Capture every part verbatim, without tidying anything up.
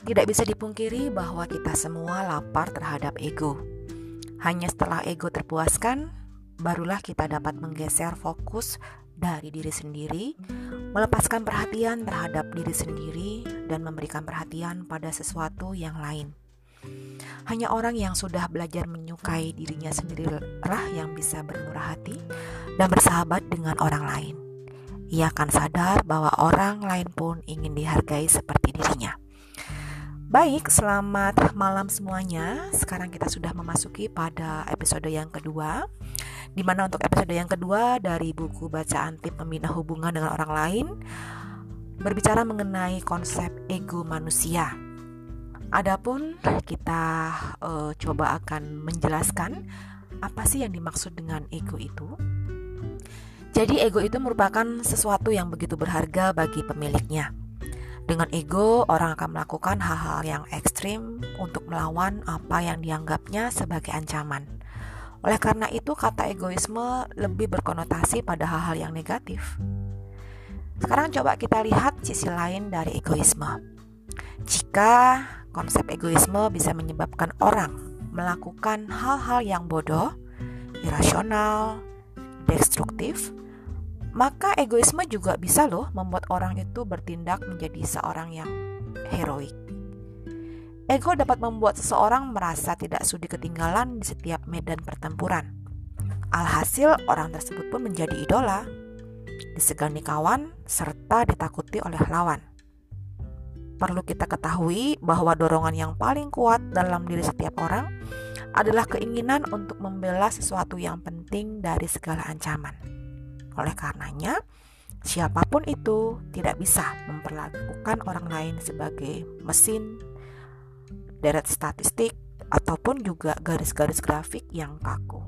Tidak bisa dipungkiri bahwa kita semua lapar terhadap ego. Hanya setelah ego terpuaskan, barulah kita dapat menggeser fokus dari diri sendiri, melepaskan perhatian terhadap diri sendiri, dan memberikan perhatian pada sesuatu yang lain. Hanya orang yang sudah belajar menyukai dirinya sendirilah yang bisa bermurah hati dan bersahabat dengan orang lain. Ia akan sadar bahwa orang lain pun ingin dihargai seperti dirinya. Baik, selamat malam semuanya. Sekarang kita sudah memasuki pada episode yang kedua, di mana untuk episode yang kedua dari buku bacaan Tip Membina Hubungan dengan Orang Lain berbicara mengenai konsep ego manusia. Adapun kita uh, coba akan menjelaskan apa sih yang dimaksud dengan ego itu. Jadi ego itu merupakan sesuatu yang begitu berharga bagi pemiliknya. Dengan ego, orang akan melakukan hal-hal yang ekstrim untuk melawan apa yang dianggapnya sebagai ancaman. Oleh karena itu, kata egoisme lebih berkonotasi pada hal-hal yang negatif. Sekarang coba kita lihat sisi lain dari egoisme. Jika konsep egoisme bisa menyebabkan orang melakukan hal-hal yang bodoh, irasional, destruktif, maka egoisme juga bisa loh membuat orang itu bertindak menjadi seorang yang heroik. Ego dapat membuat seseorang merasa tidak sudi ketinggalan di setiap medan pertempuran. Alhasil orang tersebut pun menjadi idola, disegani kawan, serta ditakuti oleh lawan. Perlu kita ketahui bahwa dorongan yang paling kuat dalam diri setiap orang adalah keinginan untuk membela sesuatu yang penting dari segala ancaman. Oleh karenanya, siapapun itu tidak bisa memperlakukan orang lain sebagai mesin, deret statistik, ataupun juga garis-garis grafik yang kaku.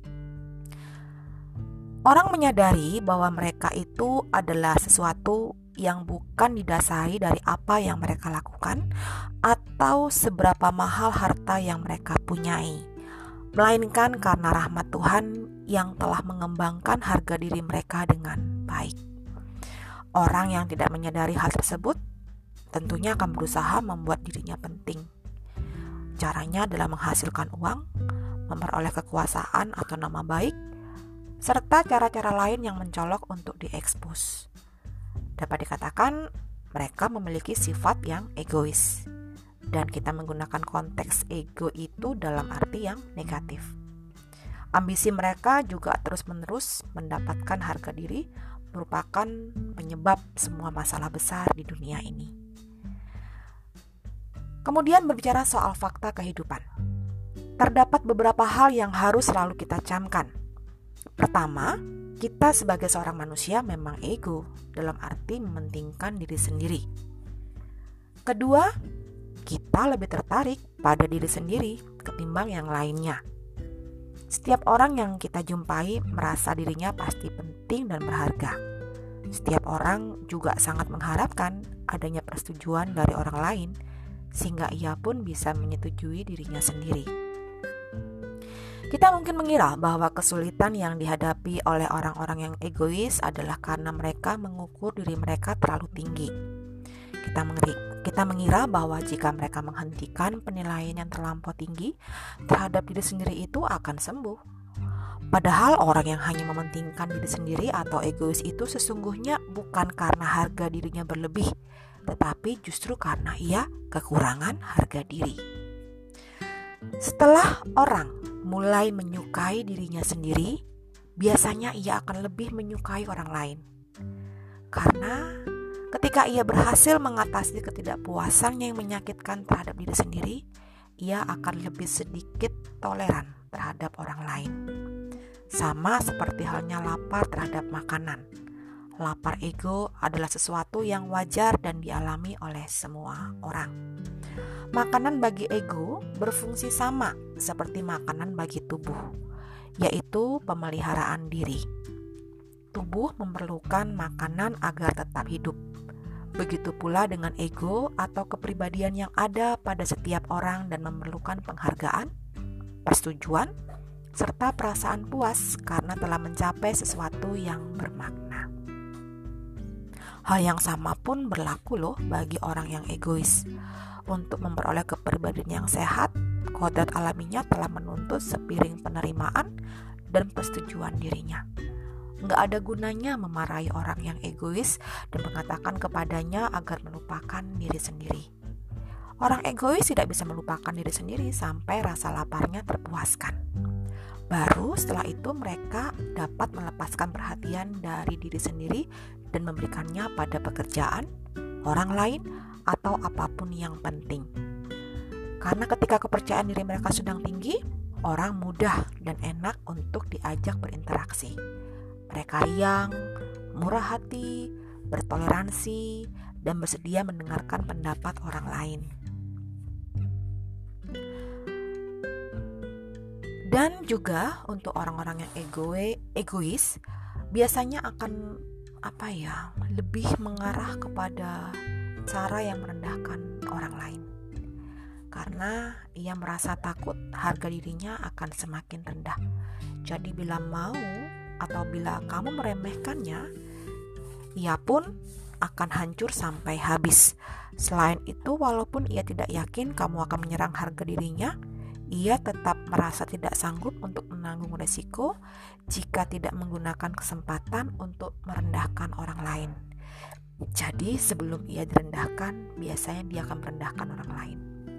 Orang menyadari bahwa mereka itu adalah sesuatu yang bukan didasari dari apa yang mereka lakukan atau seberapa mahal harta yang mereka punyai, melainkan karena rahmat Tuhan yang telah mengembangkan harga diri mereka dengan baik. Orang yang tidak menyadari hal tersebut tentunya akan berusaha membuat dirinya penting. Caranya adalah menghasilkan uang, memperoleh kekuasaan atau nama baik, serta cara-cara lain yang mencolok untuk diekspos. Dapat dikatakan mereka memiliki sifat yang egois, dan kita menggunakan konteks ego itu dalam arti yang negatif. Ambisi mereka juga terus-menerus mendapatkan harga diri, merupakan penyebab semua masalah besar di dunia ini. Kemudian berbicara soal fakta kehidupan. Terdapat beberapa hal yang harus selalu kita camkan. Pertama, kita sebagai seorang manusia memang ego, dalam arti mementingkan diri sendiri. Kedua, kita lebih tertarik pada diri sendiri ketimbang yang lainnya. Setiap orang yang kita jumpai merasa dirinya pasti penting dan berharga. Setiap orang juga sangat mengharapkan adanya persetujuan dari orang lain, sehingga ia pun bisa menyetujui dirinya sendiri. Kita mungkin mengira bahwa kesulitan yang dihadapi oleh orang-orang yang egois adalah karena mereka mengukur diri mereka terlalu tinggi. Kita mengeri, kita mengira bahwa jika mereka menghentikan penilaian yang terlampau tinggi terhadap diri sendiri itu akan sembuh. Padahal orang yang hanya mementingkan diri sendiri atau egois itu sesungguhnya bukan karena harga dirinya berlebih, tetapi justru karena ia kekurangan harga diri. Setelah orang mulai menyukai dirinya sendiri, biasanya ia akan lebih menyukai orang lain. Karena ketika ia berhasil mengatasi ketidakpuasan yang menyakitkan terhadap diri sendiri, ia akan lebih sedikit toleran terhadap orang lain. Sama seperti halnya lapar terhadap makanan. Lapar ego adalah sesuatu yang wajar dan dialami oleh semua orang. Makanan bagi ego berfungsi sama seperti makanan bagi tubuh, yaitu pemeliharaan diri. Tubuh memerlukan makanan agar tetap hidup. Begitu pula dengan ego atau kepribadian yang ada pada setiap orang dan memerlukan penghargaan, persetujuan, serta perasaan puas karena telah mencapai sesuatu yang bermakna. Hal yang sama pun berlaku loh bagi orang yang egois. Untuk memperoleh kepribadian yang sehat, kodrat alaminya telah menuntut sepiring penerimaan dan persetujuan dirinya. Nggak ada gunanya memarahi orang yang egois dan mengatakan kepadanya agar melupakan diri sendiri. Orang egois tidak bisa melupakan diri sendiri sampai rasa laparnya terpuaskan. Baru setelah itu mereka dapat melepaskan perhatian dari diri sendiri dan memberikannya pada pekerjaan, orang lain, atau apapun yang penting. Karena ketika kepercayaan diri mereka sedang tinggi, orang mudah dan enak untuk diajak berinteraksi. Mereka riang, murah hati, bertoleransi, dan bersedia mendengarkan pendapat orang lain. Dan juga untuk orang-orang yang egoe, egois, biasanya akan apa ya, lebih mengarah kepada cara yang merendahkan orang lain. Karena ia merasa takut harga dirinya akan semakin rendah. Jadi bila mau atau bila kamu meremehkannya, ia pun akan hancur sampai habis. Selain itu, walaupun ia tidak yakin kamu akan menyerang harga dirinya, ia tetap merasa tidak sanggup untuk menanggung resiko jika tidak menggunakan kesempatan untuk merendahkan orang lain. Jadi sebelum ia direndahkan, biasanya dia akan merendahkan orang lain.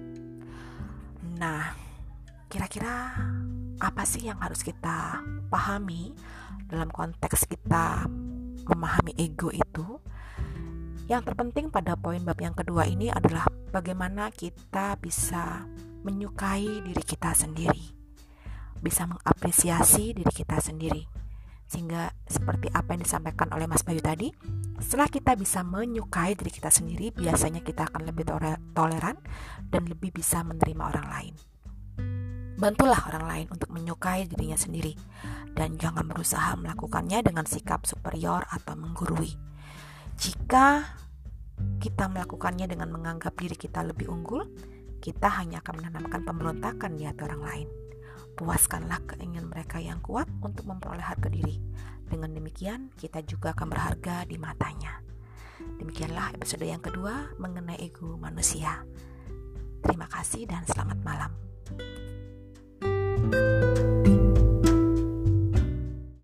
Nah, kira-kira apa sih yang harus kita pahami dalam konteks kita memahami ego itu? Yang terpenting pada poin bab yang kedua ini adalah bagaimana kita bisa menyukai diri kita sendiri, bisa mengapresiasi diri kita sendiri. Sehingga seperti apa yang disampaikan oleh Mas Bayu tadi, setelah kita bisa menyukai diri kita sendiri, biasanya kita akan lebih toleran dan lebih bisa menerima orang lain. Bantulah orang lain untuk menyukai dirinya sendiri, dan jangan berusaha melakukannya dengan sikap superior atau menggurui. Jika kita melakukannya dengan menganggap diri kita lebih unggul, kita hanya akan menanamkan pemberontakan di hati orang lain. Puaskanlah keinginan mereka yang kuat untuk memperoleh harga diri. Dengan demikian, kita juga akan berharga di matanya. Demikianlah episode yang kedua mengenai ego manusia. Terima kasih dan selamat malam.